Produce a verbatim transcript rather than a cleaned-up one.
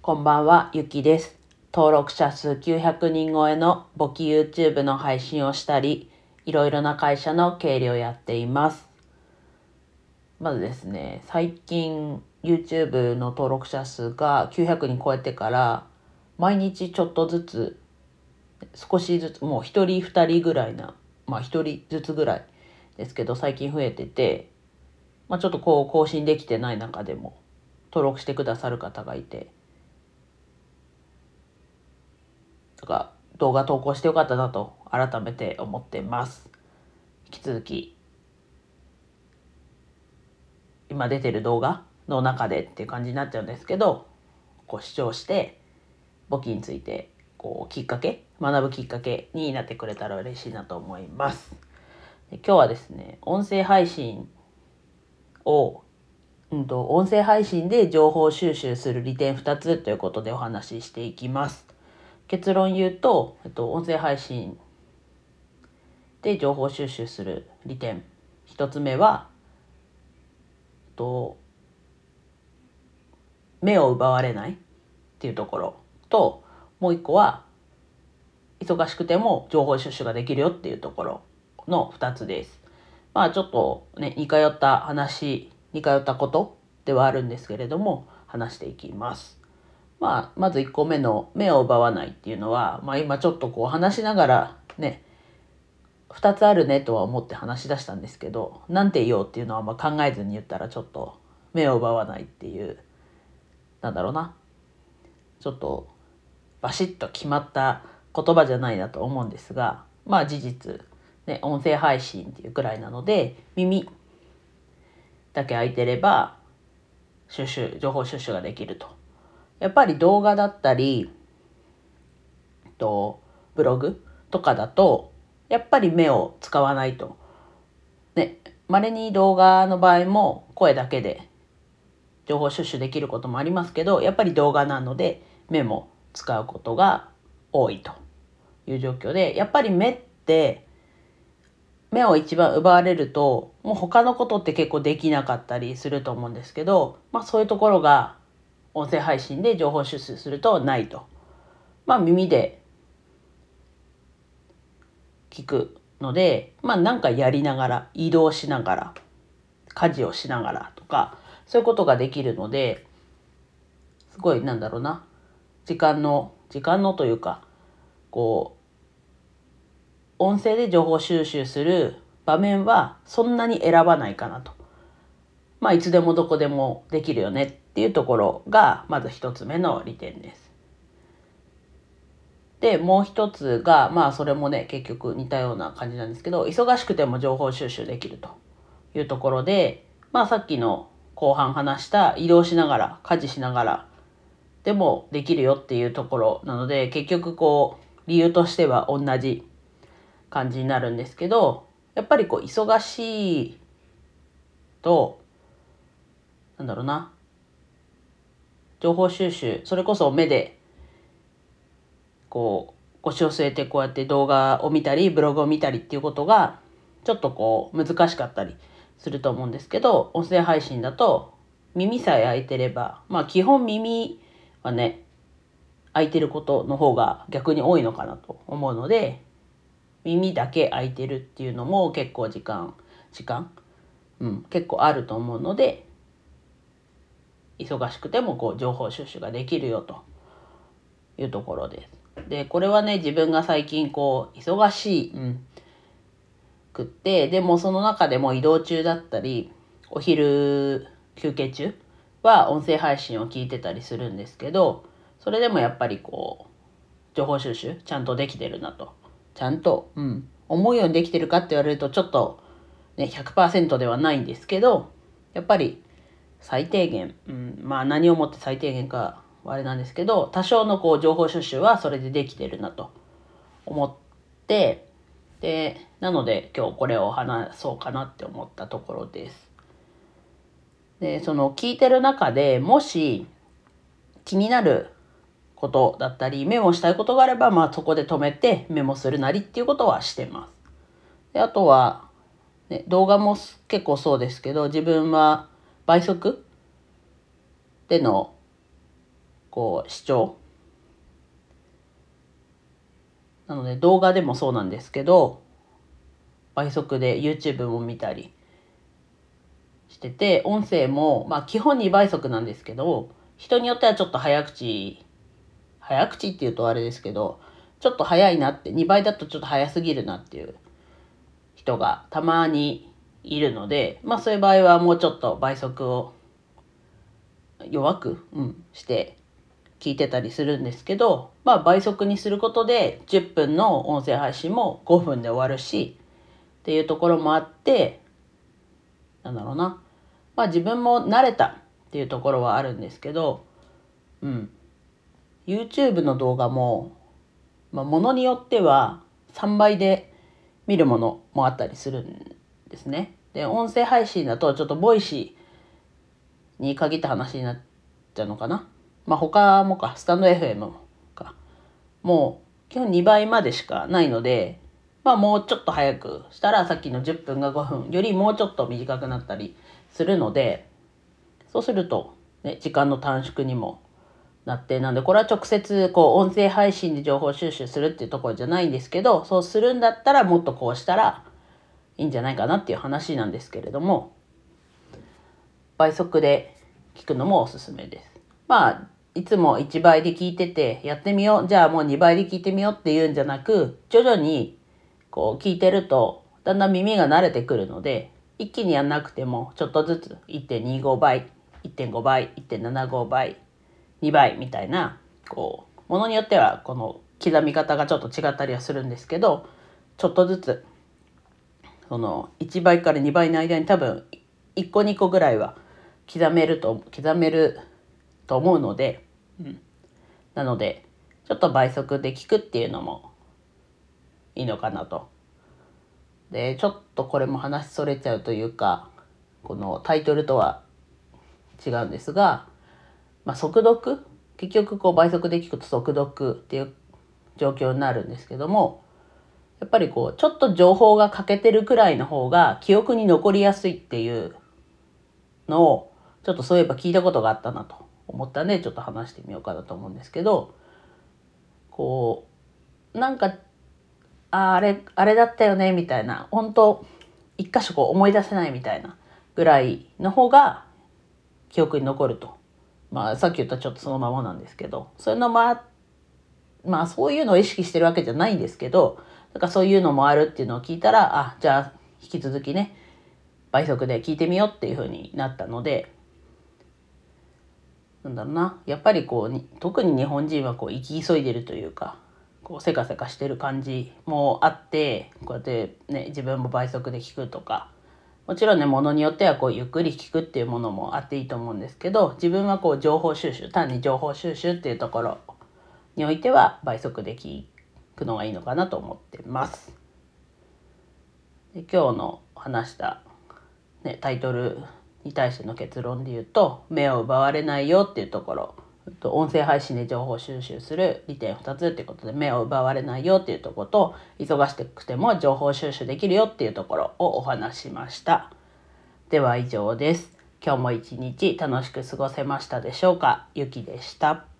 こんばんは、ゆきです。登録者数きゅうひゃくにん超えの簿記 YouTube の配信をしたり、いろいろな会社の経理をやっています。まずですね、最近 YouTube の登録者数がきゅうひゃくにん超えてから、毎日ちょっとずつ、少しずつ、もうひとりふたりぐらいな、まあひとりずつぐらいですけど、最近増えてて、まあちょっとこう更新できてない中でも登録してくださる方がいて、とか動画投稿してよかったなと改めて思ってます。引き続き今出てる動画の中でっていう感じになっちゃうんですけど、こう視聴して簿記についてこうきっかけ学ぶきっかけになってくれたら嬉しいなと思います。で今日はですね、音声配信をうんと音声配信で情報収集する利点ふたつということでお話ししていきます。結論言うと、えっと、音声配信で情報収集する利点ひとつめはと目を奪われないっていうところと、もう一個は忙しくても情報収集ができるよっていうところのふたつです。まあちょっとね似通った話似通ったことではあるんですけれども話していきます。まあまずいっこめの目を奪わないっていうのは、まあ今ちょっとこう話しながらねふたつあるねとは思って話し出したんですけど、なんて言おうっていうのはあんま考えずに言ったらちょっと目を奪わないっていう、なんだろうな、ちょっとバシッと決まった言葉じゃないなと思うんですが、まあ事実ね、音声配信っていうくらいなので耳だけ開いてれば収集情報収集ができると。やっぱり動画だったりとブログとかだとやっぱり目を使わないとね、稀に動画の場合も声だけで情報収集できることもありますけど、やっぱり動画なので目も使うことが多いという状況で、やっぱり目って目を一番奪われるともう他のことって結構できなかったりすると思うんですけど、まあそういうところが音声配信で情報収集するとないと。まあ耳で聞くので、まあなんかやりながら移動しながら家事をしながらとかそういうことができるので、すごいなんだろうな、時間の時間のというかこう音声で情報収集する場面はそんなに選ばないかなと。まあいつでもどこでもできるよねっていうところがまず一つ目の利点です。でもう一つがまあそれもね結局似たような感じなんですけど、忙しくても情報収集できるというところで、まあさっきの後半話した移動しながら家事しながらでもできるよっていうところなので、結局こう理由としては同じ感じになるんですけど、やっぱりこう忙しいとなんだろうな、情報収集それこそ目でこう腰を据えてこうやって動画を見たりブログを見たりっていうことがちょっとこう難しかったりすると思うんですけど、音声配信だと耳さえ開いてれば、まあ基本耳はね開いてることの方が逆に多いのかなと思うので、耳だけ開いてるっていうのも結構時間時間、うん、結構あると思うので、忙しくてもこう情報収集ができるよというところです。でこれはね自分が最近こう忙しい、うん、くってでもその中でも移動中だったりお昼休憩中は音声配信を聞いてたりするんですけど、それでもやっぱりこう情報収集ちゃんとできてるなと。ちゃんと、うん、思うようにできてるかって言われるとちょっと、ね、ひゃくパーセントではないんですけど、やっぱり最低限、うん、まあ何をもって最低限かはあれなんですけど、多少のこう情報収集はそれでできてるなと思って、でなので今日これを話そうかなって思ったところです。でその聞いてる中でもし気になることだったりメモしたいことがあれば、まあそこで止めてメモするなりっていうことはしてます。であとは、ね、動画も結構そうですけど、自分は倍速でのこう視聴なので動画でもそうなんですけど倍速で YouTube も見たりしてて、音声もまあ基本にばい速なんですけど、人によってはちょっと早口早口っていうとあれですけど、ちょっと早いなって、にばいだとちょっと早すぎるなっていう人がたまにいるので、まあそういう場合はもうちょっと倍速を弱く、うん、して聞いてたりするんですけど、まあ倍速にすることでじゅっぷんの音声配信もごふんで終わるしっていうところもあって、なんだろうな、まあ自分も慣れたっていうところはあるんですけど、うん、YouTube の動画も、まあ、ものによってはさんばいで見るものもあったりするんですね。で、音声配信だとちょっとボイシーに限った話になっちゃうのかな。まあ他もか、スタンド エフエム か。もう基本にばいまでしかないので、まあもうちょっと早くしたらさっきのじゅっぷんがごふんよりもうちょっと短くなったりするので、そうすると、ね、時間の短縮にもなって、なんでこれは直接こう音声配信で情報収集するっていうところじゃないんですけど、そうするんだったらもっとこうしたらいいんじゃないかなっていう話なんですけれども、倍速で聞くのもおすすめです。まあいつもいちばいで聞いててやってみよう、じゃあもうにばいで聞いてみようっていうんじゃなく、徐々にこう聞いてるとだんだん耳が慣れてくるので、一気にやんなくてもちょっとずつ いってんにご 倍 いってんご 倍 いってんななご 倍にばいみたいな、こうものによってはこの刻み方がちょっと違ったりはするんですけど、ちょっとずつそのいちばいからにばいの間に多分いっこにこぐらいは刻めると刻めると思うので、うん、なのでちょっと倍速で聞くっていうのもいいのかなと。でちょっとこれも話それちゃうというか、このタイトルとは違うんですが、まあ、速読、結局こう倍速で聞くと速読っていう状況になるんですけども、やっぱりこうちょっと情報が欠けてるくらいの方が記憶に残りやすいっていうのをちょっとそういえば聞いたことがあったなと思ったんで、ちょっと話してみようかなと思うんですけど、こうなんかああれあれだったよねみたいな、本当一箇所こう思い出せないみたいなぐらいの方が記憶に残ると。まあさっき言ったちょっとそのままなんですけど、そういうのもあまあそういうのを意識してるわけじゃないんですけど、だからそういうのもあるっていうのを聞いたら、あ、じゃあ引き続きね倍速で聞いてみようっていう風になったので、なんだろうな、やっぱりこう特に日本人はこう生き急いでるというか、こうせかせかしてる感じもあって、こうやってね自分も倍速で聞くとか、もちろんねものによってはこうゆっくり聞くっていうものもあっていいと思うんですけど、自分はこう情報収集、単に情報収集っていうところにおいては倍速で聞くのがいいのかなと思ってます。で今日の話した、ね、タイトルに対しての結論で言うと、目を奪われないよっていうところ、音声配信で情報収集する利点ふたつっていうことで、目を奪われないよっていうところと、忙しくても情報収集できるよっていうところをお話ししました。では以上です。今日も一日楽しく過ごせましたでしょうか。ゆきでした。